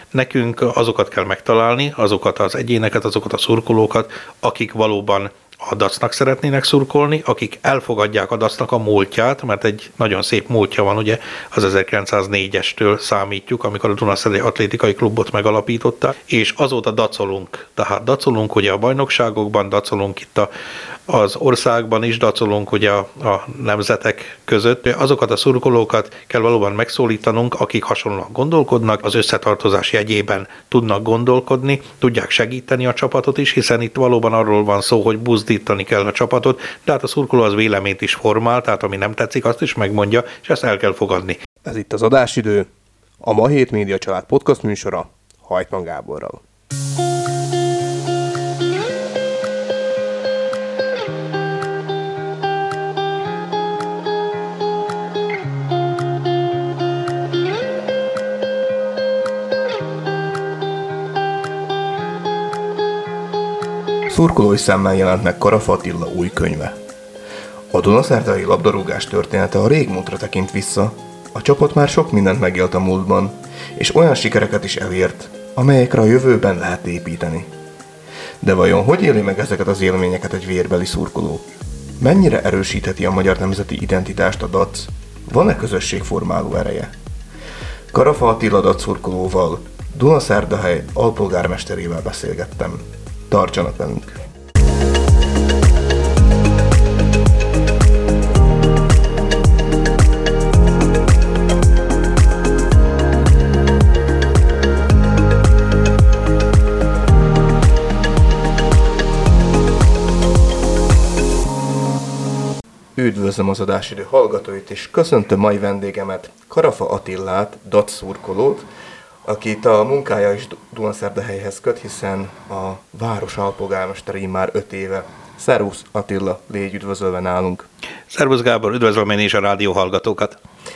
Nekünk azokat kell megtalálni, azokat az egyéneket, azokat a szurkolókat, akik valóban a Dacnak szeretnének szurkolni, akik elfogadják a Dacnak a múltját, mert egy nagyon szép múltja van, ugye az 1904-estől számítjuk, amikor a Dunaszerdei Atlétikai Klubot megalapították, és azóta dacolunk. Tehát dacolunk ugye a bajnokságokban, dacolunk itt az országban is, dacolunk ugye a nemzetek között. Azokat a szurkolókat kell valóban megszólítanunk, akik hasonlóan gondolkodnak, az összetartozás jegyében tudnak gondolkodni, tudják segíteni a csapatot is, hiszen itt valóban arról van szó, hogy buzdítani kell a csapatot, de hát a szurkoló az véleményt is formál, tehát ami nem tetszik, azt is megmondja, és ezt el kell fogadni. Ez itt az adásidő, a Ma Hét Média Család podcast műsora Hajtman Gáborral. Szurkolói szemmel jelent meg Karafa Attila új könyve. A dunaszerdai labdarúgás története a régmúltra tekint vissza, a csapat már sok mindent megélt a múltban, és olyan sikereket is elért, amelyekre a jövőben lehet építeni. De vajon hogy éli meg ezeket az élményeket egy vérbeli szurkoló? Mennyire erősítheti a magyar nemzeti identitást a DAC? Van-e közösségformáló ereje? Karafa Attila DAC szurkolóval, Dunaszerdahely alpolgármesterével beszélgettem. Tartsanak velünk! Üdvözlöm az adásidő hallgatóit, és köszöntöm mai vendégemet, Karafa Attilát, DAC szurkolót, akit a munkája is Dunaszerdahelyhez köt, hiszen a város alpolgármesteri már 5 éve. Szervusz Attila, légy üdvözölve nálunk. Szervusz Gábor, üdvözlöm én is a rádió hallgatókat.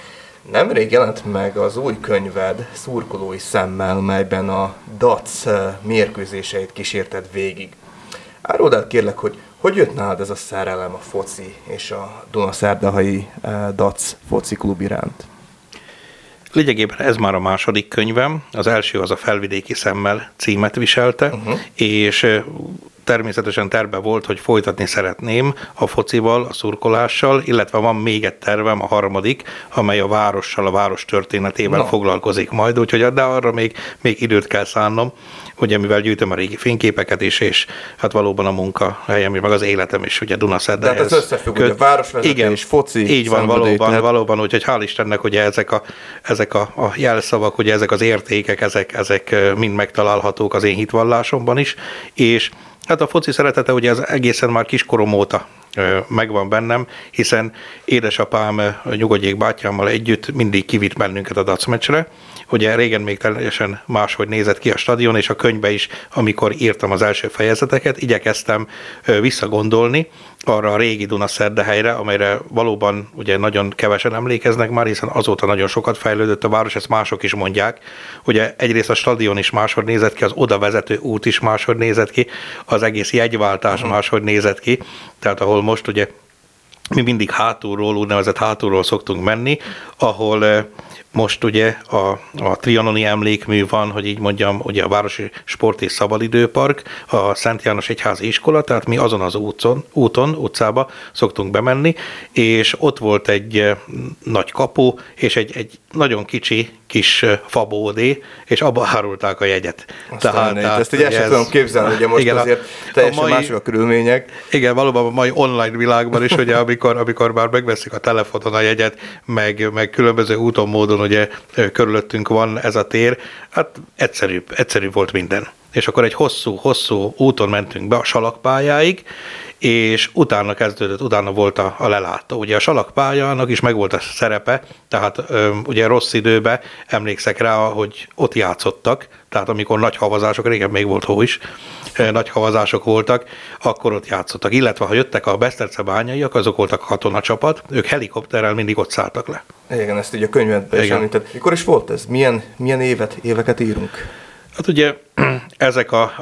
Nemrég jelent meg az új könyved Szurkolói szemmel, melyben a DAC mérkőzéseit kísérted végig. Áruld el kérlek, hogy jött nálad ez a szerelem a foci és a Dunaszerdahelyi DAC foci klub iránt? Lényegében ez már a második könyvem, az első az a Felvidéki szemmel címet viselte, és természetesen terve volt, hogy folytatni szeretném a focival, a szurkolással, illetve van még egy tervem, a harmadik, amely a várossal, a város történetével foglalkozik majd, úgyhogy de arra még időt kell szánnom, ugye mivel gyűjtöm a régi fényképeket is, és hát valóban a munkahelyem, meg az életem is, ugye Dunaszerdahelyhez. Tehát ez összefügg, ugye városvezetés, foci, így van, valóban, úgyhogy hál' Istennek, ugye ezek a jelszavak, ugye ezek az értékek, ezek mind megtalálhatók az én hitvallásomban is, és hát a foci szeretete ugye az egészen már kiskorom óta megvan bennem, hiszen édesapám nyugodjék bátyámmal együtt mindig kivitt bennünket a DAC meccsre. Ugye régen még teljesen máshogy nézett ki a stadion, és a könyvbe is, amikor írtam az első fejezeteket, igyekeztem visszagondolni arra a régi Dunaszerdahelyre, amelyre valóban ugye nagyon kevesen emlékeznek már, hiszen azóta nagyon sokat fejlődött a város, ezt mások is mondják. Ugye egyrészt a stadion is máshogy nézett ki, az oda vezető út is máshogy nézett ki, az egész jegyváltás máshogy nézett ki, tehát ahol most ugye mi mindig hátulról, úgynevezett hátulról szoktunk menni, ahol most ugye a trianoni emlékmű van, hogy így mondjam, ugye a Városi Sport és Szabadidőpark, a Szent János Egyházi Iskola, tehát mi azon az utcába szoktunk bemenni, és ott volt egy nagy kapu, és egy nagyon kis fabódé, és abba árulták a jegyet. Tehát ezt így el sem tudom képzelni, ugye most igen, azért teljesen mások a körülmények. Igen, valóban a mai online világban is, ugye, amikor már megveszik a telefonon a jegyet, meg különböző úton, módon ugye körülöttünk van ez a tér, hát egyszerűbb volt minden. És akkor egy hosszú úton mentünk be a salakpályáig, és utána volt a lelátó. Ugye a salakpályának is megvolt a szerepe, tehát ugye rossz időben emlékszek rá, hogy ott játszottak, tehát amikor nagy havazások, régen még volt hó is, nagy havazások voltak, akkor ott játszottak. Illetve ha jöttek a besztercebányaiak, azok voltak katonacsapat, ők helikopterrel mindig ott szálltak le. Igen, ezt így a könyvedben is említed. Mikor is volt ez? Milyen éveket írunk? Hát ugye ezek a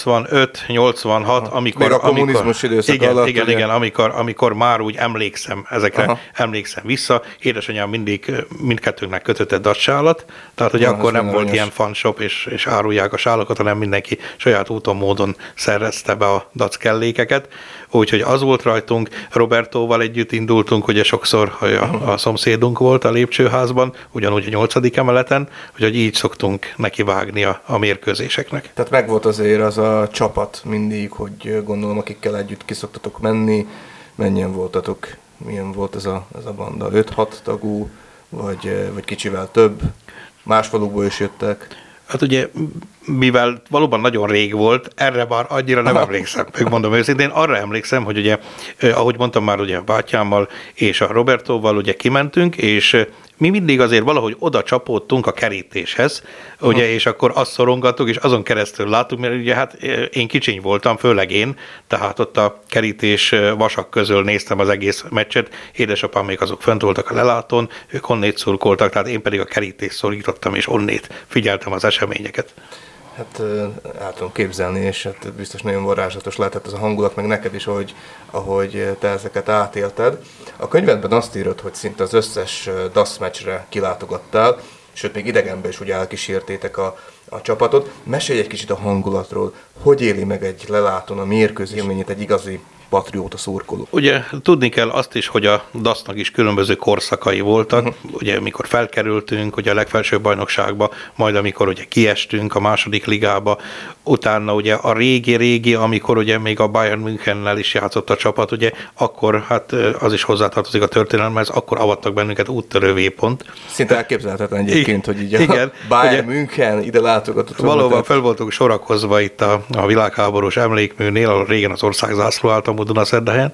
85-86, amikor... Még a kommunizmus időszak igen, alatt. Igen, amikor már úgy emlékszem ezekre, emlékszem vissza. Édesanyám mindkettőnknek kötött dacsálat, tehát ugye akkor nem volt ilyen fanshop és árulják a sálakat, hanem mindenki saját úton, módon szerezte be a dac-kellékeket. Úgyhogy az volt rajtunk, Robertóval együtt indultunk, ugye sokszor a szomszédunk volt a lépcsőházban, ugyanúgy a 8. emeleten, úgyhogy így szoktunk nekivágni a mérkőzéseknek. Tehát megvolt azért az a csapat mindig, hogy gondolom, akikkel együtt kiszoktatok menni, mennyien voltatok, milyen volt ez a banda, 5-6 tagú, vagy kicsivel több, más falukból is jöttek? Hát ugye, mivel valóban nagyon rég volt, erre már annyira nem emlékszem, megmondom őszintén. Arra emlékszem, hogy ugye, ahogy mondtam már, ugye a bátyámmal és a Robertóval ugye kimentünk, és mi mindig azért valahogy oda csapódtunk a kerítéshez, ugye, és akkor azt szorongattuk, és azon keresztül láttuk, mert ugye hát én kicsiny voltam, főleg én, tehát ott a kerítés vasak közül néztem az egész meccset, édesapám még azok fönt voltak a lelátón, ők onnét szurkoltak, tehát én pedig a kerítést szorítottam, és onnét figyeltem az eseményeket. Hát el tudom képzelni, és hát biztos nagyon varázslatos lehetett az a hangulat, meg neked is, ahogy te ezeket átélted. A könyvedben azt írod, hogy szinte az összes DASZ meccsre kilátogattál, sőt, még idegenben is ugye elkísértétek a csapatot. Mesélj egy kicsit a hangulatról, hogy éli meg egy lelátón a mérkőzés élményét egy igazi patrióta szurkoló. Ugye tudni kell azt is, hogy a DASZ-nak is különböző korszakai voltak, ugye amikor felkerültünk ugye a legfelsőbb bajnokságba, majd amikor ugye kiestünk a második ligába, utána ugye a régi, amikor ugye még a Bayern Münchennel is játszott a csapat, ugye akkor hát az is hozzátartozik a történelemhez, akkor avattak bennünket úttörő pont. Szinte elképzelhetetlen egyébként, hogy így igen, a Bayern München ide látogatott. Valóban fel voltunk sorakozva itt a világháborús emlékműnél, ahol régen az országzászló állt a Dunaszerdahelyen,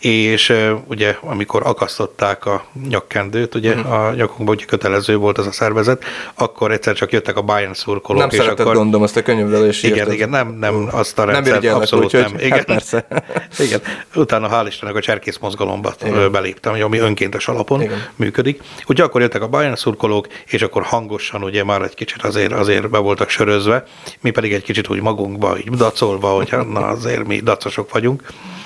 és ugye amikor akasztották a nyakkendőt, ugye a nyakunkban ugye kötelező volt az a szervezet, akkor egyszer csak jöttek a Bayern szurkolók. Nem szeretett, akkor... gondolom, azt a könyvvel is írtad. Igen, nem azt a rendszert, abszolút nem. Igen. Hát persze. Igen. Utána hál' Istennek a cserkész mozgalomba beléptem, ami önkéntes alapon működik. Ugye akkor jöttek a Bayern szurkolók, és akkor hangosan ugye már egy kicsit azért be voltak sörözve, mi pedig egy kicsit úgy magunkba, így dacolva, hogy na azért mi dacosok vagyunk.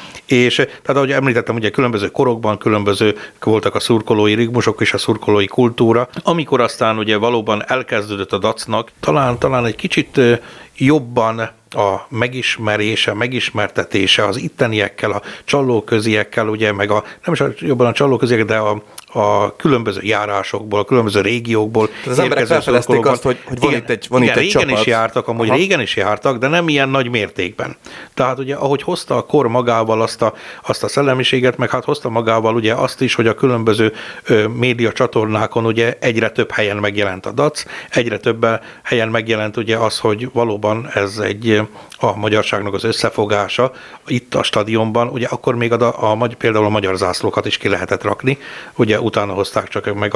És tehát ahogy említettem, ugye különböző korokban különböző voltak a szurkolói ritmusok és a szurkolói kultúra. Amikor aztán ugye valóban elkezdődött a dacnak, talán egy kicsit jobban a megismerése, megismertetése az itteniekkel, a csallóköziekkel, ugye, meg nem is jobban a csallóköziek, de a különböző járásokból, a különböző régiókból. Tehát az emberek felfedezték azt, hogy van itt egy régen csapat. Is jártak, amúgy régen is jártak, de nem ilyen nagy mértékben. Tehát ugye, ahogy hozta a kor magával azt a szellemiséget, meg hát hozta magával ugye azt is, hogy a különböző média csatornákon ugye egyre több helyen megjelent a dac, egyre több helyen megjelent ugye az, hogy valóban ez a magyarságnak az összefogása itt a stadionban, ugye akkor még például a magyar zászlókat is ki lehetett rakni, ugye utána hozták csak meg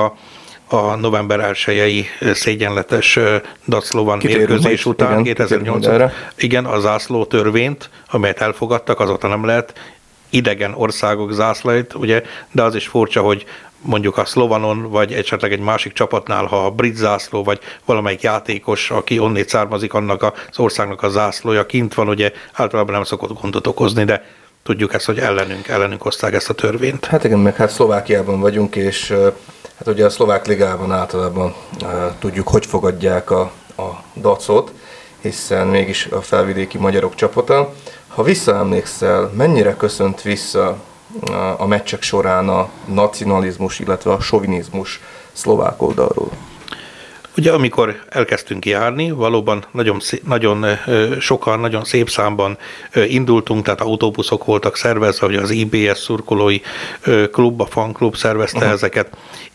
a november 1-i szégyenletes daclovan mérkőzés után, 2008-ban. Igen, a zászló törvényt, amelyet elfogadtak, azóta nem lehet idegen országok zászlait, ugye, de az is furcsa, hogy mondjuk a Szlovanon, vagy esetleg egy másik csapatnál, ha a brit zászló, vagy valamelyik játékos, aki onnét származik, annak az országnak a zászlója kint van, ugye általában nem szokott gondot okozni, de tudjuk ezt, hogy ellenünk hozták ezt a törvényt. Hát igen, meg hát Szlovákiában vagyunk, és hát ugye a szlovák ligában általában tudjuk, hogy fogadják a dacot, hiszen mégis a felvidéki magyarok csapata. Ha visszaemlékszel, mennyire köszönt vissza a meccsek során a nacionalizmus, illetve a sovinizmus szlovák oldalról? Ugye amikor elkezdtünk járni, valóban nagyon sokan, nagyon szép számban indultunk, tehát autóbuszok voltak szervezve, hogy az IBS szurkolói klub, a fanklub szervezte ezeket,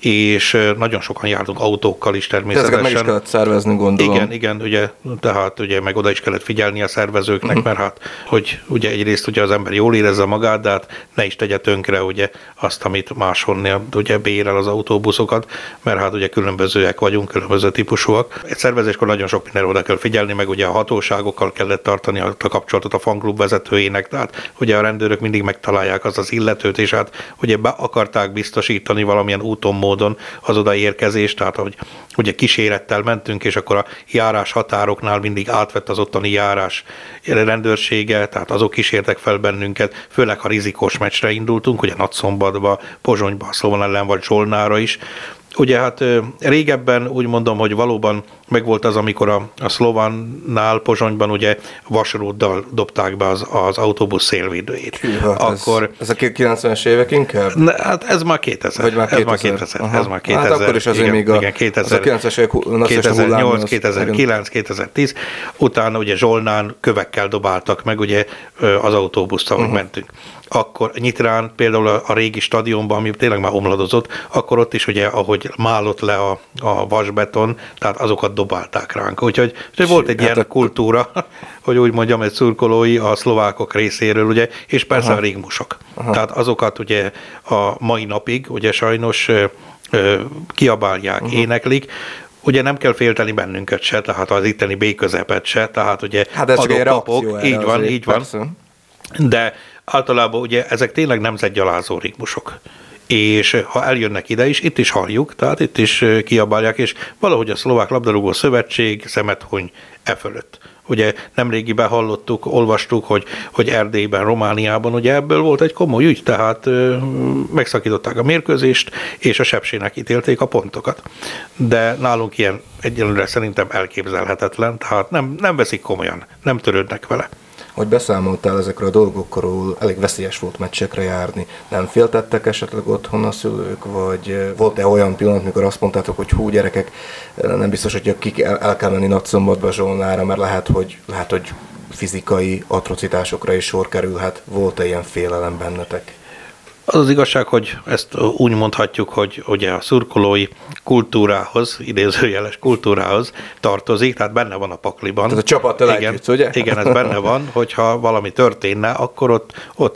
és nagyon sokan jártunk autókkal is természetesen. Ezeket meg is kellett szervezni, gondolom. Igen, ugye, tehát ugye meg oda is kellett figyelni a szervezőknek, mert hát, hogy ugye egyrészt ugye az ember jól érezze magát, de hát ne is tegye tönkre ugye azt, amit máshonnél ugye bérel az autóbuszokat, mert hát ugye különbözőek vagyunk, különböző típusúak. Egy szervezéskor nagyon sok mindenre oda kell figyelni, meg ugye a hatóságokkal kellett tartani a kapcsolatot a fanklub vezetőjének, tehát ugye a rendőrök mindig megtalálják az illetőt, és hát ugye be akarták biztosítani valamilyen úton, módon az odaérkezést, tehát hogy ugye kísérettel mentünk, és akkor a járás határoknál mindig átvett az ottani járás rendőrsége, tehát azok kísértek fel bennünket, főleg ha rizikós meccsre indultunk, ugye Nagyszombatba, Pozsonyba, a Szlovan ellen vagy Zsolnára is. Ugye hát régebben úgy mondom, hogy valóban megvolt az, amikor a Szlovannál, Pozsonyban ugye vasrúddal dobták be az autóbusz szélvédőjét. Hát akkor ez a 90-es évek inkább? Hát ez már 2000. Vagy már 2000. Ez már 2000. Hát akkor is azért még a 90-es évek 2008, 2009, 2010. Utána ugye Zsolnán kövekkel dobáltak meg ugye az autóbuszt, ahogy mentünk. Akkor Nyitrán, például a régi stadionban, ami tényleg már omladozott, akkor ott is ugye, ahogy málott le a vasbeton, tehát azokat dobálták ránk. Úgyhogy volt egy ilyen kultúra, hogy úgy mondjam, egy szurkolói a szlovákok részéről, ugye, és persze a rigmusok. Tehát azokat ugye a mai napig, ugye sajnos kiabálják, éneklik. Ugye nem kell félteni bennünket se, tehát az itteni B-közepet se, tehát ugye hát ez adok-kapok, így van, így van. Persze. De általában ugye ezek tényleg nemzetgyalázó rigmusok. És ha eljönnek ide is, itt is halljuk, tehát itt is kiabálják, és valahogy a Szlovák Labdarúgó Szövetség szemet huny e fölött. Ugye nemrégiben hallottuk, olvastuk, hogy Erdélyben, Romániában ugye ebből volt egy komoly ügy, tehát megszakították a mérkőzést, és a Sepsinek ítélték a pontokat. De nálunk ilyen egyelőre szerintem elképzelhetetlen, tehát nem veszik komolyan, nem törődnek vele. Hogy beszámoltál ezekről a dolgokról, elég veszélyes volt meccsekre járni. Nem féltettek esetleg otthon a szülők, vagy volt-e olyan pillanat, mikor azt mondtátok, hogy hú gyerekek, nem biztos, hogy el kell menni Nagyszombatba, Zsolnára, mert lehet, hogy fizikai atrocitásokra is sor kerülhet. Volt-e ilyen félelem bennetek? Az igazság, hogy ezt úgy mondhatjuk, hogy ugye a szurkolói kultúrához, idézőjeles kultúrához tartozik, tehát benne van a pakliban. Tehát a csapattal együtt, ugye? Igen, ez benne van, hogyha valami történne, akkor ott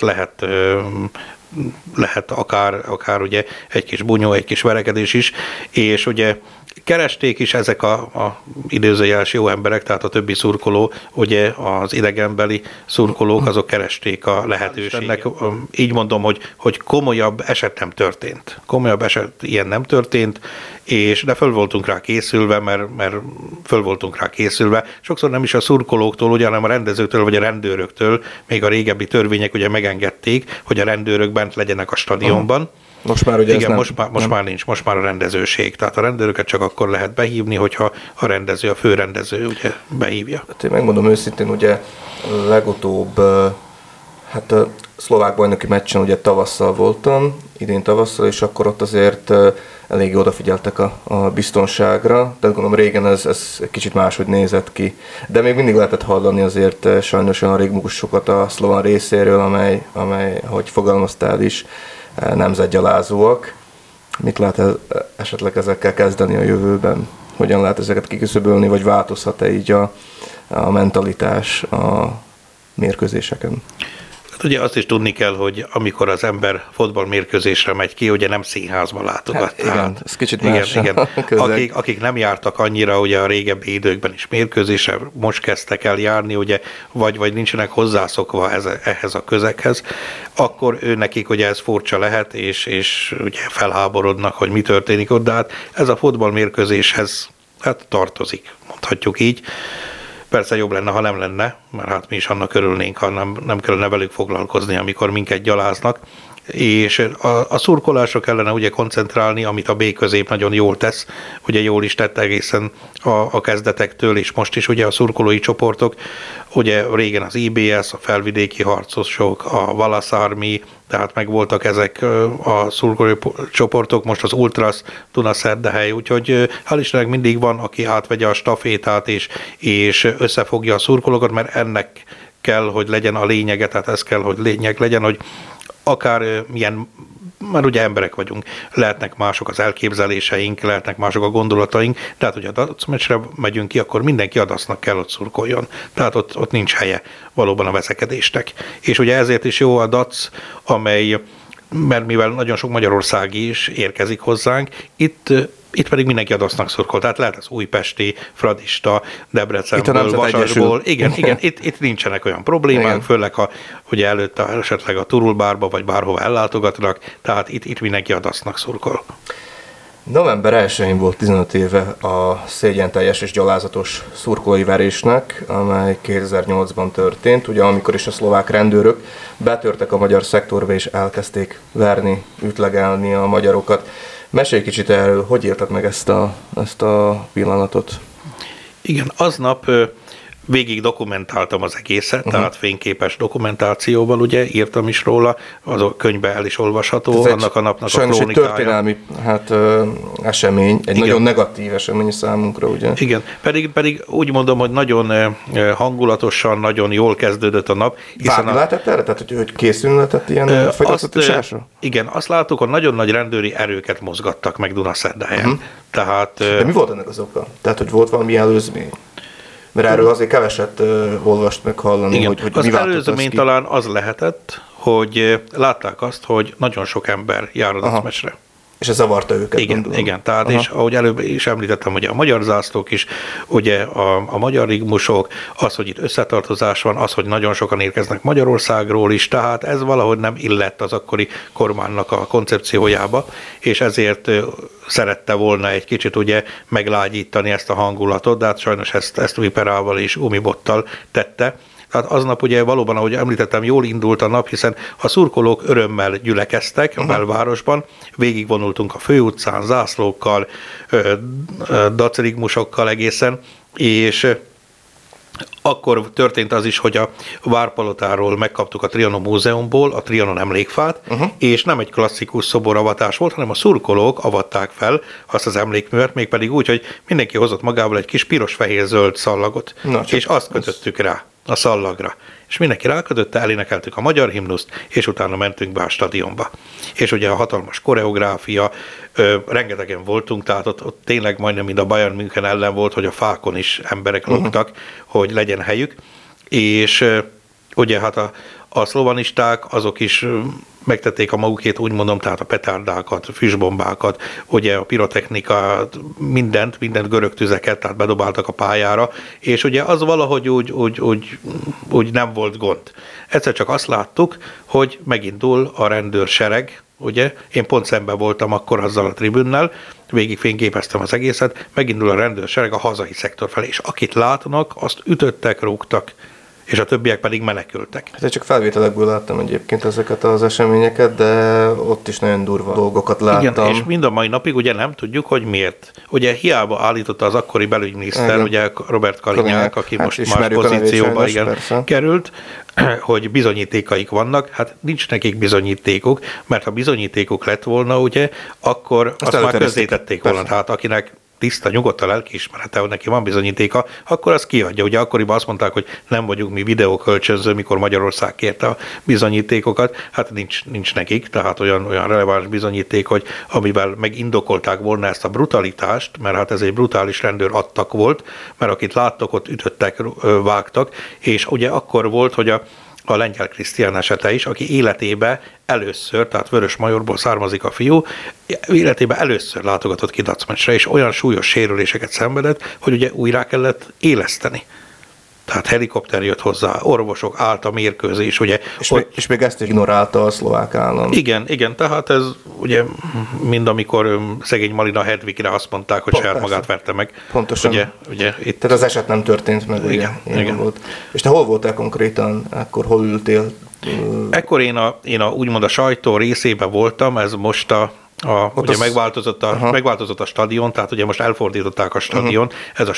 lehet akár ugye egy kis bunyó, egy kis verekedés is, és ugye keresték is ezek a idézőjeles jó emberek, tehát a többi szurkoló, ugye az idegenbeli szurkolók, azok keresték a lehetőségnek. Így mondom, hogy komolyabb eset nem történt. Komolyabb eset ilyen nem történt, de föl voltunk rá készülve, mert föl voltunk rá készülve. Sokszor nem is a szurkolóktól, ugye, hanem a rendezőktől vagy a rendőröktől, még a régebbi törvények ugye megengedték, hogy a rendőrök bent legyenek a stadionban. Most már ugye igen, most már nincs, most már a rendezőség. Tehát a rendőröket csak akkor lehet behívni, hogyha a rendező, a főrendező ugye behívja. Hát én megmondom őszintén, ugye legutóbb a szlovák bajnoki meccsen ugye tavasszal voltam, idén tavasszal, és akkor ott azért eléggé odafigyeltek a biztonságra. Tehát gondolom régen ez kicsit máshogy nézett ki. De még mindig lehetett hallani azért sajnos olyan rigmusokat a szlován részéről, amely, ahogy fogalmaztál is, nemzetgyalázóak. Mit lehet esetleg ezekkel kezdeni a jövőben? Hogyan lehet ezeket kiküszöbölni, vagy változhat-e így a mentalitás a mérkőzéseken? Hát ugye azt is tudni kell, hogy amikor az ember fotballmérkőzésre megy ki, ugye nem színházba látogat. Hát igen, ez kicsit más. Igen. Akik nem jártak annyira ugye a régebbi időkben is mérkőzésre, most kezdtek el járni, ugye, vagy nincsenek hozzászokva ehhez a közeghez, akkor nekik ugye ez furcsa lehet, és ugye felháborodnak, hogy mi történik ott, de hát ez a fotballmérkőzéshez hát tartozik, mondhatjuk így. Persze jobb lenne, ha nem lenne, mert hát mi is annak örülnénk, ha nem kellene velük foglalkozni, amikor minket gyaláznak. És a szurkolásra kellene ugye koncentrálni, amit a B-közép nagyon jól tesz, ugye jól is tett egészen a kezdetektől, és most is ugye a szurkolói csoportok, ugye régen az IBS, a felvidéki harcosok, a Valasz Army, tehát megvoltak ezek a szurkolói csoportok, most az Ultras Dunaszerdehely, úgyhogy hál' Istennek mindig van, aki átvegye a stafétát és összefogja a szurkolókat, mert ennek kell, hogy legyen a lényege, tehát ez kell, hogy lényeg legyen, hogy akár milyen, már ugye emberek vagyunk, lehetnek mások az elképzeléseink, lehetnek mások a gondolataink, tehát hogy a dacmeccsre megyünk ki, akkor mindenki a dacnak kell, ott szurkoljon. Tehát ott nincs helye valóban a veszekedésnek. És ugye ezért is jó a dac, amely mert mivel nagyon sok magyarországi is érkezik hozzánk, itt pedig mindenki a DASZ-nak szurkol. Tehát lehet az újpesti, fradista, Debrecenből, Vasasból. Igen, itt nincsenek olyan problémák, igen. Főleg ha ugye előtte esetleg a Turulbárba vagy bárhova ellátogatnak, tehát itt mindenki a DASZ-nak szurkol. November 1-én volt 15 éve a szégyenteljes és gyalázatos szurkolói verésnek, amely 2008-ban történt, ugye amikor is a szlovák rendőrök betörtek a magyar szektorba és elkezdték verni, ütlegelni a magyarokat. Mesélj kicsit erről, hogy élted meg ezt a pillanatot? Igen, aznap végig dokumentáltam az egészet, tehát fényképes dokumentációval, ugye írtam is róla, az a könyvben el is olvasható, annak a napnak a krónikája. Sajnos egy történelmi esemény, egy igen. Nagyon negatív esemény számunkra, ugye? Igen, pedig úgy mondom, hogy nagyon hangulatosan, nagyon jól kezdődött a nap. Várni lehetett erre? Tehát, hogy készülni lehetett ilyen folytatásra? Igen, azt láttuk, hogy nagyon nagy rendőri erőket mozgattak meg Dunaszerdáján. Tehát, de mi volt ennek az oka? Tehát, hogy volt valami előzmény? Mert erről azért keveset olvast meg hallani, igen, hogy az mi előzmény talán az lehetett, hogy látták azt, hogy nagyon sok ember jár a dacmeccsre. És ez zavarta őket, igen, gondolom. Igen, tehát és ahogy előbb is említettem, ugye a magyar zászlók is, ugye a magyar rigmusok, az, hogy itt összetartozás van, az, hogy nagyon sokan érkeznek Magyarországról is, tehát ez valahogy nem illett az akkori kormánynak a koncepciójába, és ezért szerette volna egy kicsit ugye meglágyítani ezt a hangulatot, de hát sajnos ezt viperával és gumibottal tette. Tehát aznap ugye valóban, ahogy említettem, jól indult a nap, hiszen a szurkolók örömmel gyülekeztek a belvárosban, végigvonultunk a főutcán, zászlókkal, dacrigmusokkal egészen, és akkor történt az is, hogy a Várpalotáról megkaptuk a Trianon Múzeumból a Trianon emlékfát, és nem egy klasszikus szoboravatás volt, hanem a szurkolók avatták fel azt az emlékművet, mégpedig úgy, hogy mindenki hozott magával egy kis piros-fehér-zöld szallagot, és azt kötöttük rá a szallagra. És mindenki rákötötte, elénekeltük a magyar himnuszt, és utána mentünk be a stadionba. És ugye a hatalmas koreográfia, rengetegen voltunk, tehát ott tényleg majdnem mind a Bayern München ellen volt, hogy a fákon is emberek lógtak, hogy legyen helyük. És ugye hát a szlovanisták, azok is megtették a magukét, úgy mondom, tehát a petárdákat, füstbombákat, ugye a pirotechnikát, mindent görög tüzeket, tehát bedobáltak a pályára, és ugye az valahogy úgy nem volt gond. Egyszer csak azt láttuk, hogy megindul a rendőrsereg, ugye, én pont szemben voltam akkor azzal a tribünnel, végig fényképeztem az egészet, megindul a rendőrsereg a hazai szektor felé, és akit látnak, azt ütöttek, rúgtak, és a többiek pedig menekültek. Hát én csak felvételekből láttam egyébként ezeket az eseményeket, de ott is nagyon durva dolgokat láttam. Igen, és mind a mai napig ugye nem tudjuk, hogy miért. Ugye hiába állította az akkori belügyminiszter, igen. Ugye Robert Kalinyák, aki hát most más pozícióba került, hogy bizonyítékaik vannak, hát nincs nekik bizonyítékuk, mert ha bizonyítékuk lett volna, ugye, akkor azt már közzétették volna. Tehát akinek tiszta, nyugodt a lelkiismerete, hogy neki van bizonyítéka, akkor azt kiadja. Ugye akkoriban azt mondták, hogy nem vagyunk mi videókölcsönző, mikor Magyarország kérte a bizonyítékokat, hát nincs nekik, tehát olyan releváns bizonyíték, hogy amivel megindokolták volna ezt a brutalitást, mert hát ez egy brutális rendőr attak volt, mert akit láttak, ott ütöttek, vágtak, és ugye akkor volt, hogy a Lengyel Krisztián esete is, aki életébe először, tehát Vörösmajorból származik a fiú, életébe először látogatott ki dacmeccsre, és olyan súlyos sérüléseket szenvedett, hogy ugye újra kellett éleszteni. Tehát helikopter jött hozzá, orvosok, állt a mérkőzés, ugye. És még ezt ignorálta a szlovák állam. Igen, tehát ez ugye mind amikor szegény Malina Hedvigre azt mondták, hogy saját magát verte meg. Pontosan. Ugye itt... Tehát az eset nem történt meg, igen. Volt. És te hol voltál konkrétan, akkor hol ültél? Ekkor én úgymond a sajtó részében voltam, ez most ugye megváltozott a stadion, tehát ugye most elfordították a stadion, ez a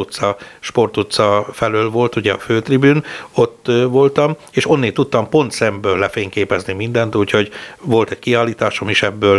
sportutca felől volt, ugye a főtribűn, ott voltam, és onnét tudtam pont szemből lefényképezni mindent, úgyhogy volt egy kiállításom is ebből,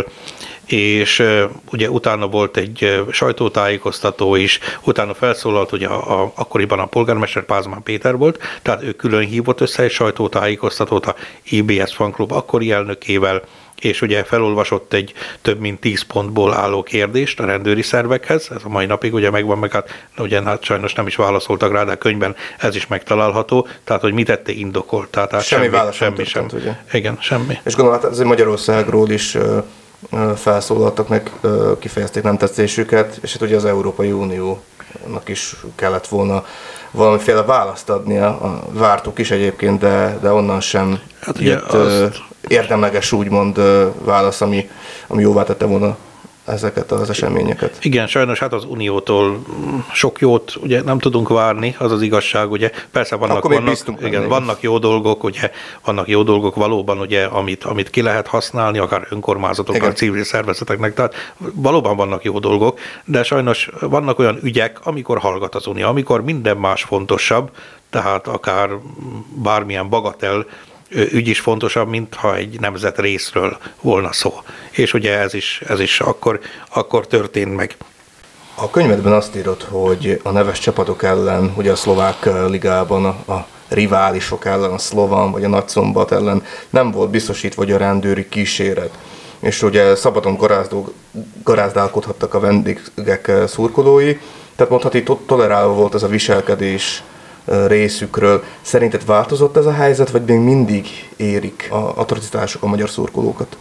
és ugye utána volt egy sajtótájékoztató is, utána felszólalt, ugye akkoriban a polgármester Pázmány Péter volt, tehát ő külön hívott össze egy sajtótájékoztatót a IBS fanklub akkori elnökével, és ugye felolvasott egy több mint 10 pontból álló kérdést a rendőri szervekhez, ez a mai napig ugye megvan, meg ugye sajnos nem is válaszoltak rá, de a könyvben ez is megtalálható, tehát hogy mit tette indokolt. Tehát semmi válasz semmi. ugye? Igen, semmi. És gondolom, hát azért Magyarországról is felszólaltak, meg kifejezték nem tetszésüket, és hát ugye az Európai Uniónak is kellett volna valamiféle választ adnia, vártuk is egyébként, de onnan sem jött érdemleges úgymond válasz, ami jóvá tette volna ezeket az eseményeket. Igen, sajnos hát az Uniótól sok jót ugye nem tudunk várni, az az igazság, ugye. Persze vannak jó dolgok, ugye, vannak jó dolgok valóban, ugye, amit ki lehet használni, akár önkormányzatok, akár civil szervezeteknek, tehát valóban vannak jó dolgok, de sajnos vannak olyan ügyek, amikor hallgat az Unió, amikor minden más fontosabb, tehát akár bármilyen bagatel ügy is fontosabb, mintha egy nemzet részről volna szó. És ugye ez is akkor történt meg. A könyvedben azt írod, hogy a neves csapatok ellen, ugye a szlovák ligában a riválisok ellen, a Slovan vagy a Nagyszombat ellen nem volt biztosítva, hogy a rendőri kíséret. És ugye szabadon garázdálkodhattak a vendégek szurkolói, tehát mondhatni tolerálva volt ez a viselkedés részükről. Szerinted változott ez a helyzet, vagy még mindig érik a atrocitások a magyar szurkolókat?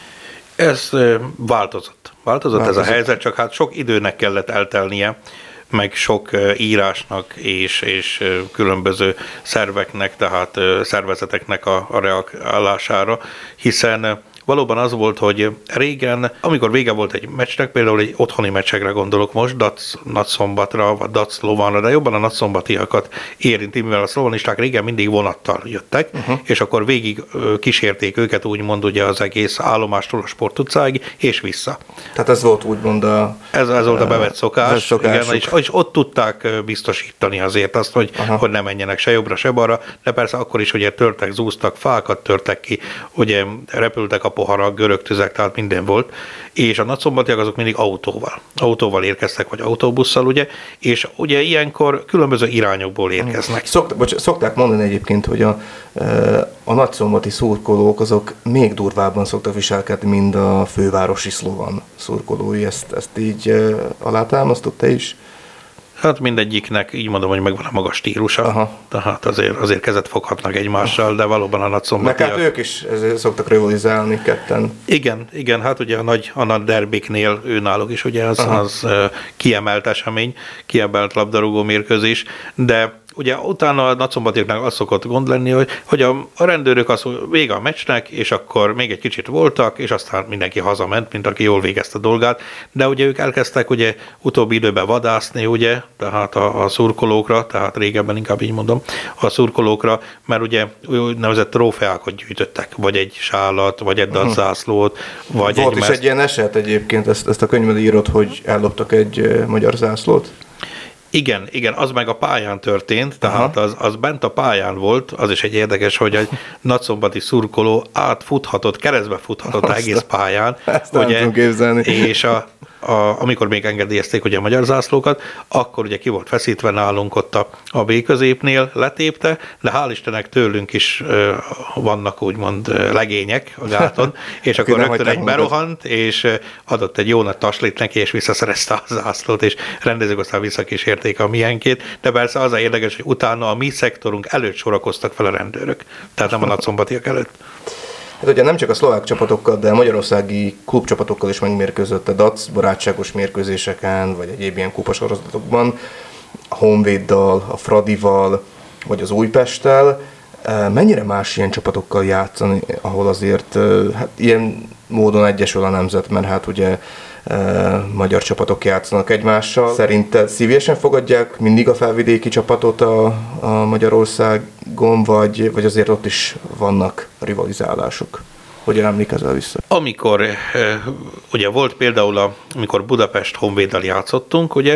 Ez változott. Változott ez a helyzet, csak hát sok időnek kellett eltelnie, meg sok írásnak és különböző szerveknek, tehát szervezeteknek a reagálására, hiszen valóban az volt, hogy régen, amikor vége volt egy meccsnek, például egy otthoni meccsekre gondolok most, Nagyszombatra, vagy Slovanra, de jobban a nagyszombatiakat érinti, mivel a szlovanisták régen mindig vonattal jöttek, és akkor végig kísérték őket, úgymond ugye az egész állomástól a Sport utcáig, és vissza. Tehát ez volt úgymond ez volt a bevett szokás, igen, és ott tudták biztosítani azért azt, hogy ne menjenek se jobbra, se balra, de persze akkor is ugye törtek, zúztak, fákat törtek ki, ugye repültek a poharak, görög tüzek, tehát minden volt, és a nagyszombatiak azok mindig autóval érkeztek, vagy autóbusszal, ugye, és ugye ilyenkor különböző irányokból érkeznek. Szokták mondani egyébként, hogy a nagyszombati szurkolók azok még durvábban szoktak viselkedni, mint a fővárosi szlovan szurkolói. Ezt így alátámasztott te is? Hát mindegyiknek, így mondom, hogy megvan a maga stílusa, tehát azért kezet foghatnak egymással, de valóban a nagyszombatiak. Meg hát ők is szoktak rivalizálni ketten. Igen, hát ugye a nagy derbiknél náluk is ugye az kiemelt esemény, kiemelt labdarúgó mérkőzés, de ugye utána a nagyszombatiaknak az szokott gond lenni, hogy a rendőrök vége a meccsnek, és akkor még egy kicsit voltak, és aztán mindenki hazament, mint aki jól végezte a dolgát, de ugye ők elkezdtek ugye utóbbi időben vadászni, ugye, tehát a szurkolókra, tehát régebben inkább így mondom, a szurkolókra, mert ugye úgynevezett trófeákat gyűjtöttek, vagy egy sálat, vagy egy daczászlót, vagy volt is egy ilyen eset egyébként, ezt a könyvben írod, hogy elloptak egy magyar zászlót? Igen, az meg a pályán történt, tehát az bent a pályán volt, az is egy érdekes, hogy egy nagyszombati szurkoló átfuthatott, keresztbe futhatott egész pályán. Ezt nem tudom képzelni. És amikor még engedélyezték ugye a magyar zászlókat, akkor ugye ki volt feszítve nálunk ott a B középnél, letépte, de hál' Istennek tőlünk is vannak úgymond legények a gáton, és akkor rögtön egy berohant, és adott egy jó nagy taslit neki, és visszaszerezte a zászlót, és rendezők aztán visszakísérték a miénkét, de persze az a érdekes, hogy utána a mi szektorunk előtt sorakoztak fel a rendőrök, tehát nem a nagyszombatiak előtt. Hát ugye nem csak a szlovák csapatokkal, de a magyarországi klubcsapatokkal is megmérkőzött a DAC barátságos mérkőzéseken, vagy egyéb ilyen kupasorozatokban, a Honvéddal, a Fradival, vagy az Újpesttel. Mennyire más ilyen csapatokkal játszani, ahol azért hát ilyen módon egyesül a nemzet, mert hát ugye magyar csapatok játszanak egymással. Szerinted szívesen fogadják mindig a felvidéki csapatot a Magyarországon, vagy azért ott is vannak rivalizálások? Hogyan emlékezel vissza? Amikor ugye volt például, amikor Budapest Honvéddal játszottunk, ugye,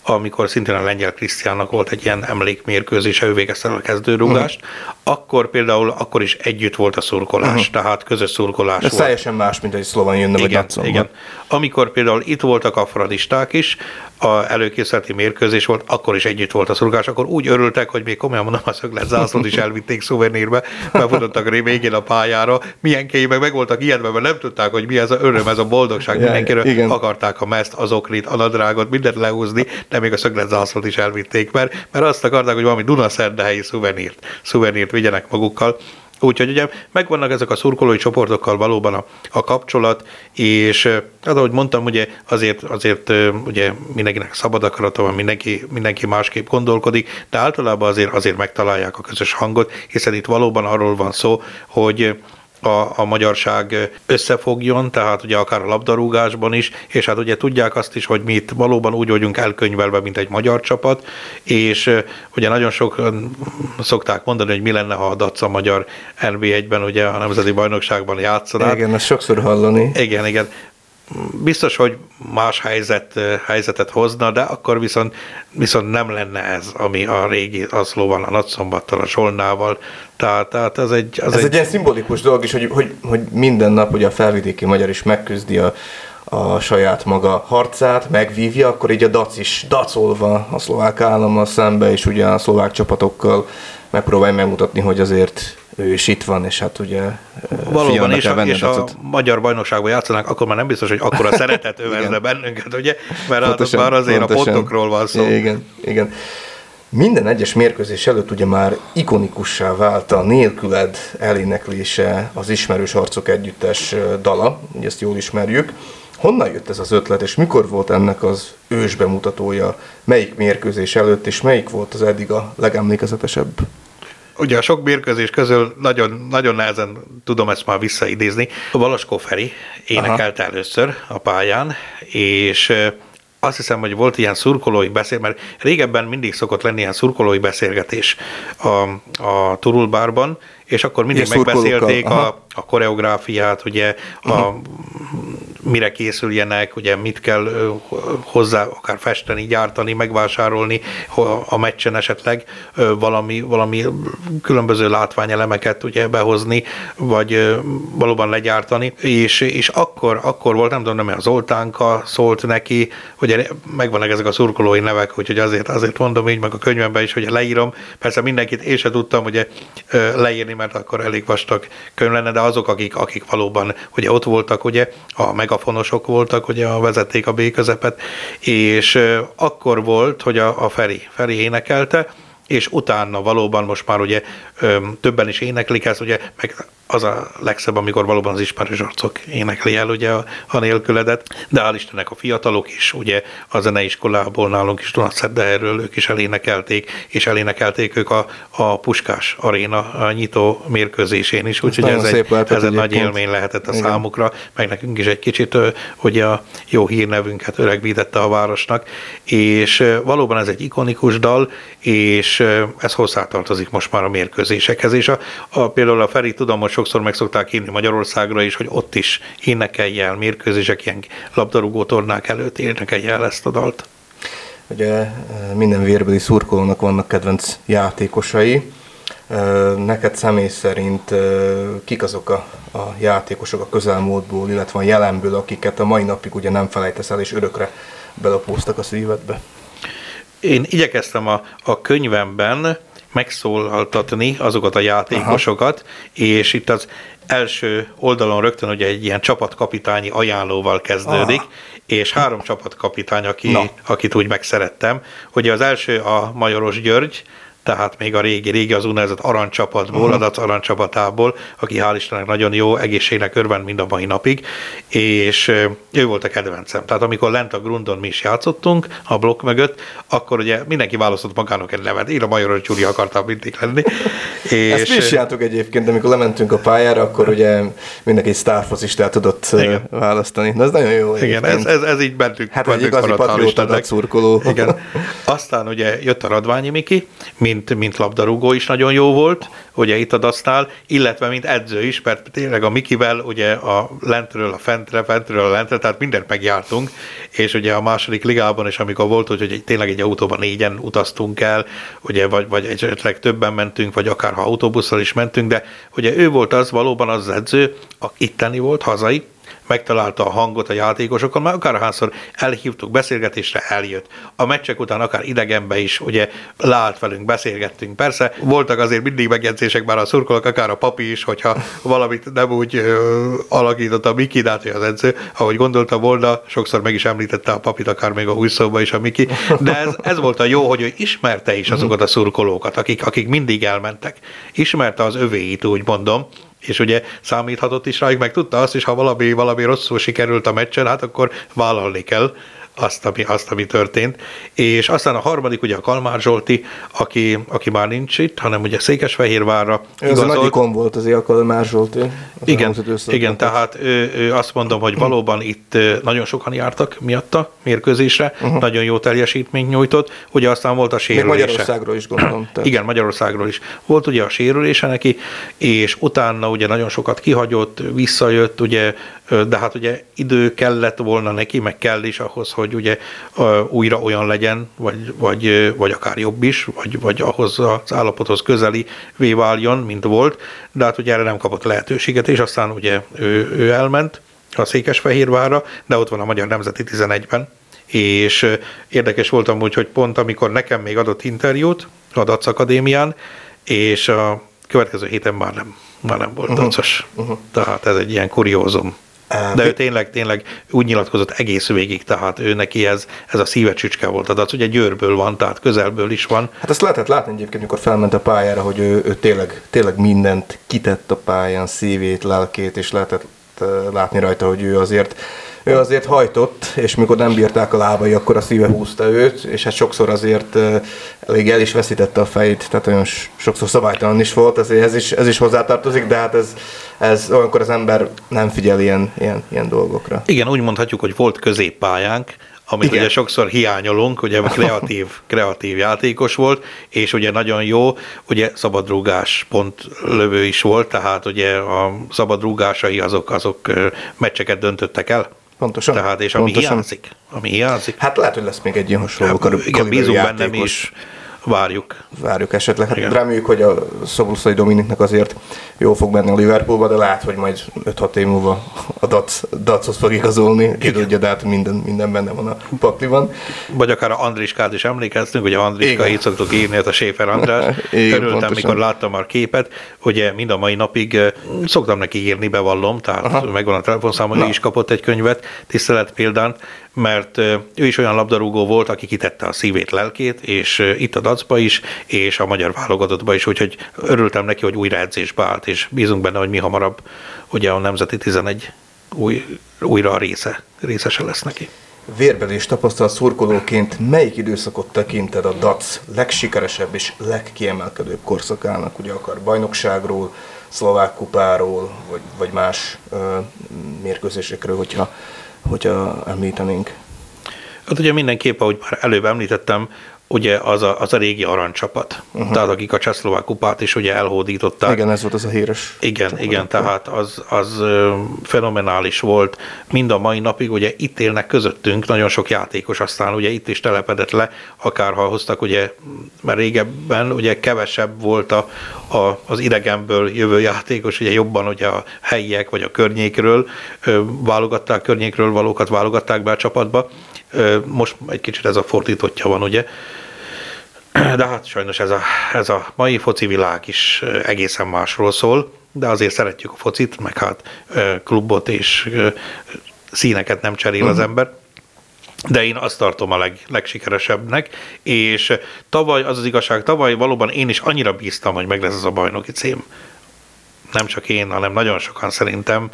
amikor szintén a Lengyel Krisztiánnak volt egy ilyen emlékmérkőzése, ő végezte a kezdőrúgást, akkor például akkor is együtt volt a szurkolás, tehát közös szurkolás Ez volt. teljesen más, mint egy szlovan jönne, vagy Nagyszombat. Igen. Amikor például itt voltak a fradisták is, a előkészületi mérkőzés volt, akkor is együtt volt a szurkolás, akkor úgy örültek, hogy még komolyan mondom, a szögletzászlót is elvitték szuvenírbe, befutottak végén a pályára, milyen meg voltak ijedve, mert nem tudták, hogy mi ez a öröm, ez a boldogság, mindenkiről akarták a mezt, az oklit, a nadrágot, mindent lehúzni, de még a szögletzászlót is elvitték, mert azt akarták, hogy valami Dunaszerdahelyi szuvenírt vigyenek magukkal. Úgyhogy ugye megvannak ezek a szurkolói csoportokkal valóban a kapcsolat, és hát ahogy mondtam, ugye azért ugye mindenkinek szabad akarata van, mindenki másképp gondolkodik, de általában azért megtalálják a közös hangot, hiszen itt valóban arról van szó, hogy a magyarság összefogjon, tehát ugye akár a labdarúgásban is, és hát ugye tudják azt is, hogy mi itt valóban úgy vagyunk elkönyvelve, mint egy magyar csapat, és ugye nagyon sokan szokták mondani, hogy mi lenne, ha a Daca magyar NB1-ben ugye a nemzeti bajnokságban játszanak. Igen, ezt sokszor hallani. Igen. Biztos, hogy más helyzetet hozna, de akkor viszont nem lenne ez, ami a régi Aszlóval, a Nagyszombattal, a Solnával. Tehát ez egy ilyen szimbolikus dolog is, hogy minden nap ugye a felvidéki magyar is megküzdi a saját maga harcát, megvívja, akkor így a Dac is dacolva a szlovák állammal szembe, és ugye a szlovák csapatokkal megpróbálja megmutatni, hogy azért ő is itt van, és hát ugye valóban, és a magyar bajnokságban játszanak, akkor már nem biztos, hogy akkora szeretet övezne bennünket, ugye? Mert pontosan, már azért pontosan. A pontokról van szó. Igen. Minden egyes mérkőzés előtt ugye már ikonikussá vált a Nélküled eléneklése, az Ismerős Arcok együttes dala, ugye ezt jól ismerjük. Honnan jött ez az ötlet, és mikor volt ennek az ősbemutatója? Melyik mérkőzés előtt, és melyik volt az eddig a legemlékezetesebb? Ugye a sok mérkőzés közül nagyon, nagyon nehezen tudom ezt már visszaidézni. Valaskó Feri énekelte először a pályán, és azt hiszem, hogy volt ilyen szurkolói mert régebben mindig szokott lenni ilyen szurkolói beszélgetés a Turulbárban, és akkor mindig megbeszélték a koreográfiát, ugye mire készüljenek, ugye mit kell hozzá akár festeni, gyártani, megvásárolni a meccsen esetleg valami különböző látványelemeket ugye behozni, vagy valóban legyártani, és akkor volt, nem tudom, nem az Zoltánka szólt neki, ugye megvannak ezek a szurkolói nevek, úgyhogy azért mondom így, meg a könyvemben is, hogy leírom, persze mindenkit én sem tudtam ugye leírni, mert akkor elég vastag könyv lenne, de azok, akik valóban ugye ott voltak, ugye a megafonosok voltak, ugye a vezették a B közepet, és akkor volt, hogy a Feri énekelte, és utána valóban most már ugye többen is éneklik ezt, ugye meg az a legszebb, amikor valóban az Ismerős Arcok énekli el ugye a Nélküledet, de hál' Istennek a fiatalok is, ugye a zeneiskolából nálunk is Dunaszerdahelyiről ők is elénekelték, és elénekelték ők a Puskás Aréna a nyitó mérkőzésén is, úgyhogy ez egy nagy élmény lehetett a számukra, meg nekünk is egy kicsit ugye a jó hírnevünket öregbítette a városnak, és valóban ez egy ikonikus dal, és ez hozzátartozik most már a mérkőzésekhez, és például a Feri tudom, hogy sokszor meg szokták írni Magyarországra is, hogy ott is énekelj el mérkőzések, ilyen labdarúgó tornák előtt énekelj el ezt a dalt. Ugye minden vérbeli szurkolónak vannak kedvenc játékosai. Neked személy szerint kik azok a játékosok a közelmúltból, illetve a jelenből, akiket a mai napig ugye nem felejtesz el, és örökre belapóztak a szívedbe? Én igyekeztem a könyvemben megszólaltatni azokat a játékosokat, és itt az első oldalon rögtön ugye egy ilyen csapatkapitányi ajánlóval kezdődik, és 3 csapatkapitány, akit úgy megszerettem. Ugye az első a Majoros György, tehát még a régi az úgynevezett aranycsapatból, a Dac aranycsapatából, aki hál' Istennek nagyon jó, egészségnek örvend mind a mai napig, és ő volt a kedvencem. Tehát amikor lent a Grundon mi is játszottunk a blokk mögött, akkor ugye mindenki választott magának egy nevet. Én a Majoros Gyuri akartam mindig lenni. Ezt mi is jártuk egyébként, de amikor lementünk a pályára, akkor ugye mindenki sztárfocistát tudott választani. De ez nagyon jó. Igen, ez így bentünk. Hát egy igazi patrióta Dac szurkoló. Igen. Aztán ugye jött a Radványi Miki, mint labdarúgó is nagyon jó volt, ugye itt a Dacnál, illetve mint edző is, mert tényleg a Mikivel ugye a lentről a fentről a lentre, tehát mindent megjártunk, és ugye a második ligában is, amikor volt, hogy tényleg egy autóban 4-en utaztunk el, ugye, vagy esetleg többen mentünk, vagy akár ha autóbusszal is mentünk, de ugye ő volt az valóban az edző, itteni volt, hazai, megtalálta a hangot a játékosokkal, már akárhányszor elhívtuk beszélgetésre, eljött. A meccsek után akár idegenbe is, ugye leállt velünk, beszélgettünk. Persze voltak azért mindig megjegyzések már a szurkolók, akár a papi is, hogyha valamit nem úgy alakította a Miki, de az edző, ahogy gondolta volna, sokszor meg is említette a papit, akár még a új szóba is a Miki. De ez volt a jó, hogy ő ismerte is azokat a szurkolókat, akik mindig elmentek. Ismerte az övéit, úgy mondom, és ugye számíthatott is rájuk, meg tudta azt is, ha valami rosszul sikerült a meccsen, hát akkor vállalni kell azt, ami történt. És aztán a harmadik, ugye a Kalmár Zsolti, aki már nincs itt, hanem ugye Székesfehérvárra igazolt. Ez a nagy ikon volt azért a Kalmár Zsolti. Igen, tehát ő azt mondom, hogy valóban itt nagyon sokan jártak miatta mérkőzésre, nagyon jó teljesítményt nyújtott, ugye aztán volt a sérülése. Még Magyarországról is gondolom. Igen, Magyarországról is. Volt ugye a sérülése neki, és utána ugye nagyon sokat kihagyott, visszajött, ugye, de hát ugye idő kellett volna neki, meg kell is ahhoz, hogy ugye újra olyan legyen, vagy akár jobb is, vagy ahhoz az állapothoz közelivé váljon, mint volt, de hát ugye erre nem kapott lehetőséget, és aztán ugye ő elment a Székesfehérvárra, de ott van a Magyar Nemzeti 11-ben, és érdekes volt amúgy, hogy pont amikor nekem még adott interjút a Dac Akadémián, és a következő héten már nem volt dacos. Tehát ez egy ilyen kuriózum. De ő tényleg úgy nyilatkozott egész végig, tehát ő neki ez a szíve csücske volt a dac. Ugye Győrből van, tehát közelből is van. Hát ezt lehetett látni egyébként, amikor felment a pályára, hogy ő tényleg mindent kitett a pályán, szívét, lelkét, és lehetett látni rajta, hogy ő azért hajtott, és mikor nem bírták a lábai, akkor a szíve húzta őt, és hát sokszor azért elég el is veszítette a fejét, tehát olyan sokszor szabálytalan is volt, azért ez is hozzátartozik, de hát ez olyankor az ember nem figyel ilyen dolgokra. Igen, úgy mondhatjuk, hogy volt középpályánk, amit ugye sokszor hiányolunk, ugye kreatív játékos volt, és ugye nagyon jó, ugye szabadrúgás pontlövő is volt, tehát ugye a szabadrúgásai azok meccseket döntöttek el. Pontosan. Tehát, és ami hiányzik. Hát lehet, hogy lesz még egy ilyen hasonló igen, bízunk benne mi is. Várjuk esetleg. Hát reméljük, hogy a Szoboszlai Dominiknek azért jól fog menni a Liverpoolba, de lehet, hogy majd 5-6 év múlva a Dachoz fog igazolni. Ki tudja, de hát minden benne van a pakliban. Vagy akár a Andriskát is emlékeztünk, ugye Andriska, így szoktuk írni, a Schäfer András. Örültem, mikor láttam már képet, ugye mind a mai napig szoktam neki írni, bevallom, tehát megvan a telefonszáma, ő is kapott egy könyvet, tisztelet példán, mert ő is olyan labdarúgó volt, aki kitette a szívét, lelkét, és itt a Dacba is, és a magyar válogatottba is, úgyhogy örültem neki, hogy újra edzésbe állt, és bízunk benne, hogy mi hamarabb ugye a Nemzeti 11 újra a részese lesz neki. Vérbeli és tapasztalt szurkolóként melyik időszakot tekinted a Dac legsikeresebb és legkiemelkedőbb korszakának? Ugye akár bajnokságról, szlovák kupáról, vagy más mérkőzésekről, hogyha említenénk. Hát ugye mindenképp, ahogy már előbb említettem, ugye az a régi aranycsapat, tehát akik a csehszlovák kupát is ugye elhódították. Igen, ez volt az a híres. Igen, tehát az fenomenális volt. Mind a mai napig ugye itt élnek közöttünk nagyon sok játékos, aztán ugye itt is telepedett le, akárha hoztak, ugye, mert régebben ugye kevesebb volt az idegenből jövő játékos, ugye jobban ugye a helyiek vagy a környékről környékről valókat válogatták be a csapatba. Most egy kicsit ez a fordítottja van, ugye? De hát sajnos ez a mai foci világ is egészen másról szól, de azért szeretjük a focit, meg hát klubot és színeket nem cserél az ember. De én azt tartom a legsikeresebbnek, és tavaly, az igazság, valóban én is annyira bíztam, hogy meg lesz ez a bajnoki cím. Nem csak én, hanem nagyon sokan szerintem,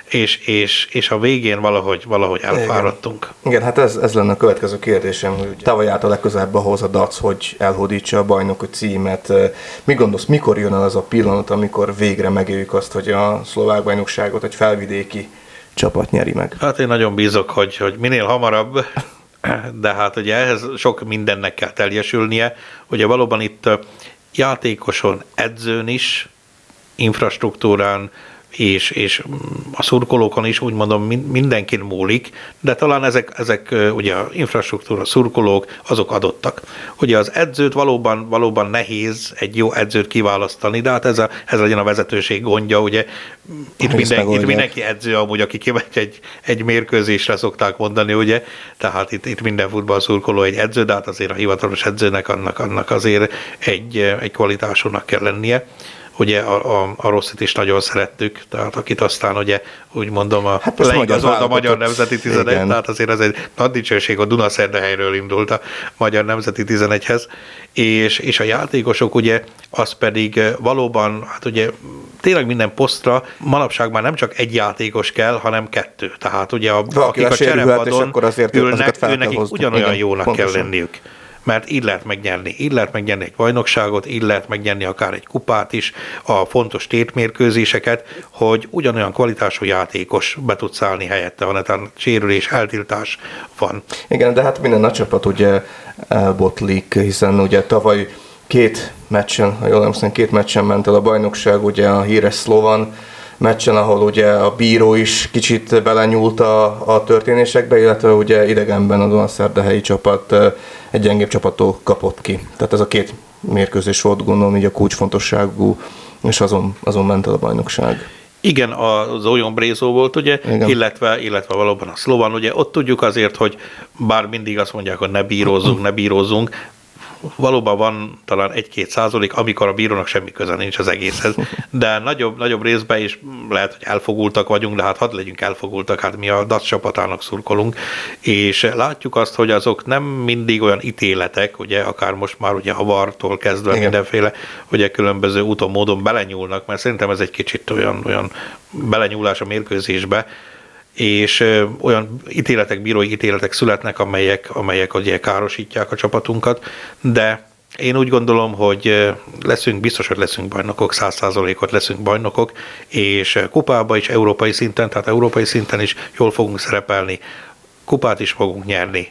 és a végén valahogy elfáradtunk. Igen, hát ez lenne a következő kérdésem, hogy tavaly állt a legközelebb ahhoz a Dac, hogy elhódítsa a bajnoki címet. Mi gondolsz, mikor jön el az a pillanat, amikor végre megéljük azt, hogy a szlovák bajnokságot egy felvidéki csapat nyeri meg? Hát én nagyon bízok, hogy minél hamarabb, de hát ugye ehhez sok mindennek kell teljesülnie. Ugye valóban itt játékoson, edzőn is, infrastruktúrán, és a szurkolókon is, úgy mondom, mindenkin múlik, de talán ezek ugye a infrastruktúra, szurkolók, azok adottak. Ugye az edzőt valóban nehéz egy jó edzőt kiválasztani, de hát ez legyen a vezetőség gondja, ugye itt mindenki edző amúgy, aki kimegy egy mérkőzésre, szokták mondani, ugye, tehát itt minden futballszurkoló egy edző, de hát azért a hivatalos edzőnek annak azért egy kvalitásúnak kell lennie. Ugye a Rosszit is nagyon szerettük, tehát akit aztán ugye úgy mondom leigazolt a Magyar Nemzeti 11, igen. Tehát azért ez egy nagy dicsőség, a Dunaszerdahelyről indult a Magyar Nemzeti 11-hez, és a játékosok ugye az pedig valóban, hát ugye tényleg minden posztra manapság már nem csak egy játékos kell, hanem kettő. Tehát ugye akik a cserepadon ülnek, nekik ugyanolyan jónak kell lenniük. Mert így lehet megnyerni egy bajnokságot, így lehet megnyerni akár egy kupát is, a fontos tétmérkőzéseket, hogy ugyanolyan kvalitású játékos be tud szállni helyette, van, tehát sérülés, eltiltás van. Igen, de hát minden nagy csapat ugye elbotlik, hiszen ugye tavaly két meccsen ment el a bajnokság, ugye a híres Szlovan meccsen, ahol ugye a bíró is kicsit belenyúlt a történésekbe, illetve ugye idegenben a Dunaszerdahelyi csapat egy gyengébb csapattól kapott ki. Tehát ez a két mérkőzés volt, gondolom, így a kulcsfontosságú, és azon ment el a bajnokság. Igen, az Olyan Brézó volt, ugye, illetve valóban a Szlovan, ugye, ott tudjuk azért, hogy bár mindig azt mondják, hogy ne bírózzunk, valóban van talán 1-2%, amikor a bírónak semmi köze nincs az egészhez, de nagyobb részben is lehet, hogy elfogultak vagyunk, de hát hadd legyünk elfogultak, hát mi a DAC csapatának szurkolunk, és látjuk azt, hogy azok nem mindig olyan ítéletek, ugye akár most már ugye a VAR-tól kezdve igen. Mindenféle ugye különböző úton, módon belenyúlnak, mert szerintem ez egy kicsit olyan belenyúlás a mérkőzésbe, és olyan bírói ítéletek születnek, amelyek ugye károsítják a csapatunkat, de én úgy gondolom, hogy biztos, hogy leszünk bajnokok, 100%-ot leszünk bajnokok, és kupába is, európai szinten is jól fogunk szerepelni, kupát is fogunk nyerni.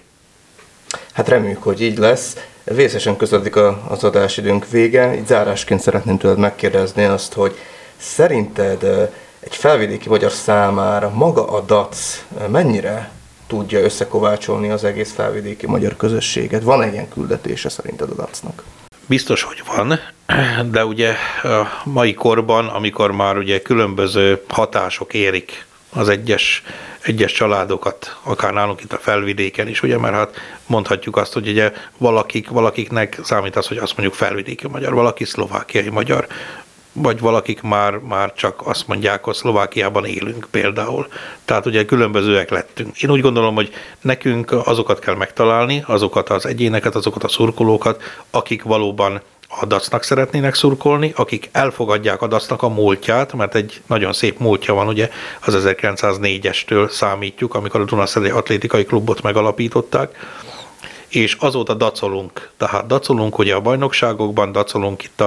Hát reméljük, hogy így lesz. Vészesen közeledik az adásidőnk vége, így zárásként szeretném tőled megkérdezni azt, hogy szerinted egy felvidéki magyar számára maga a DAC mennyire tudja összekovácsolni az egész felvidéki magyar közösséget? Van-e ilyen küldetése szerinted a DAC-nak? Biztos, hogy van, de ugye a mai korban, amikor már ugye különböző hatások érik az egyes családokat, akár nálunk itt a felvidéken is, ugye, mert hát mondhatjuk azt, hogy ugye valakiknek számít az, hogy azt mondjuk felvidéki magyar, valaki szlovákiai magyar, vagy valakik már csak azt mondják, hogy Szlovákiában élünk például. Tehát ugye különbözőek lettünk. Én úgy gondolom, hogy nekünk azokat kell megtalálni, azokat az egyéneket, azokat a szurkolókat, akik valóban a DAC-nak szeretnének szurkolni, akik elfogadják a DAC-nak a múltját, mert egy nagyon szép múltja van, ugye az 1904-estől számítjuk, amikor a Dunaszerdai Atlétikai Klubot megalapították, és azóta dacolunk. Tehát dacolunk ugye a bajnokságokban, dacolunk itt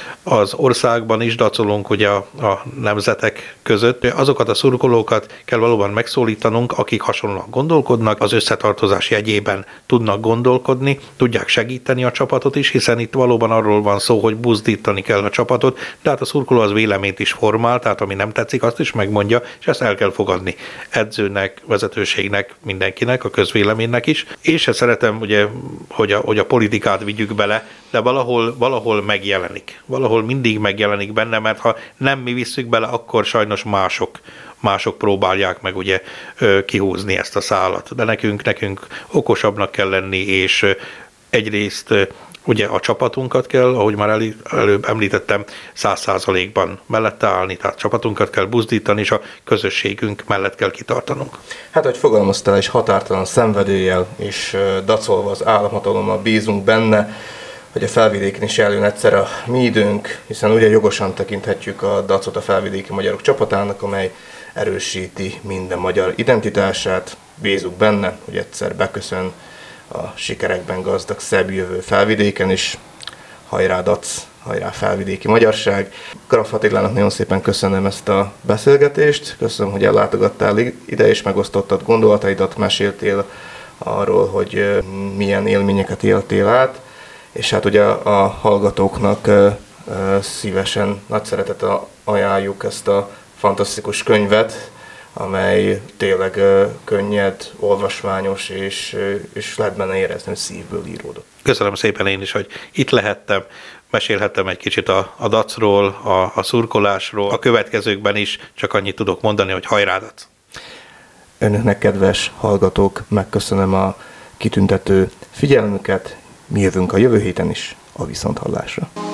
az országban is, dacolunk ugye a nemzetek között. Azokat a szurkolókat kell valóban megszólítanunk, akik hasonlóan gondolkodnak, az összetartozás jegyében tudnak gondolkodni, tudják segíteni a csapatot is, hiszen itt valóban arról van szó, hogy buzdítani kell a csapatot, de hát a szurkoló az véleményt is formál, tehát ami nem tetszik, azt is megmondja, és ezt el kell fogadni edzőnek, vezetőségnek, mindenkinek, a közvéleménynek is. És ezt szeretem ugye, hogy a politikát vigyük bele, de valahol megjelenik. Valahol mindig megjelenik benne, mert ha nem mi visszük bele, akkor sajnos mások próbálják meg ugye kihúzni ezt a szálat. De nekünk okosabbnak kell lenni, és egyrészt ugye a csapatunkat kell, ahogy már előbb említettem, 100%-ban mellette állni, tehát csapatunkat kell buzdítani, és a közösségünk mellett kell kitartanunk. Hát, hogy fogalmaztál, és határtalan szenvedéllyel, és dacolva az államhatalommal bízunk benne, hogy a felvidéken is eljön egyszer a mi időnk, hiszen ugye jogosan tekinthetjük a DAC-ot a felvidéki magyarok csapatának, amely erősíti minden magyar identitását. Bízunk benne, hogy egyszer beköszön a sikerekben gazdag szebb jövő felvidéken is. Hajrá DAC, hajrá felvidéki magyarság. Graf Attilának nagyon szépen köszönöm ezt a beszélgetést, köszönöm, hogy ellátogattál ide és megosztottad gondolataidat, meséltél arról, hogy milyen élményeket éltél át, és hát ugye a hallgatóknak szívesen, nagy szeretettel ajánljuk ezt a fantasztikus könyvet, amely tényleg könnyed, olvasmányos, és lehet benne érezni, hogy szívből íródott. Köszönöm szépen én is, hogy itt lehettem, mesélhettem egy kicsit a dacról, a szurkolásról. A következőkben is csak annyit tudok mondani, hogy hajrá dac! Önöknek, kedves hallgatók, megköszönöm a kitüntető figyelmüket, mi jövünk a jövő héten is a viszonthallásra.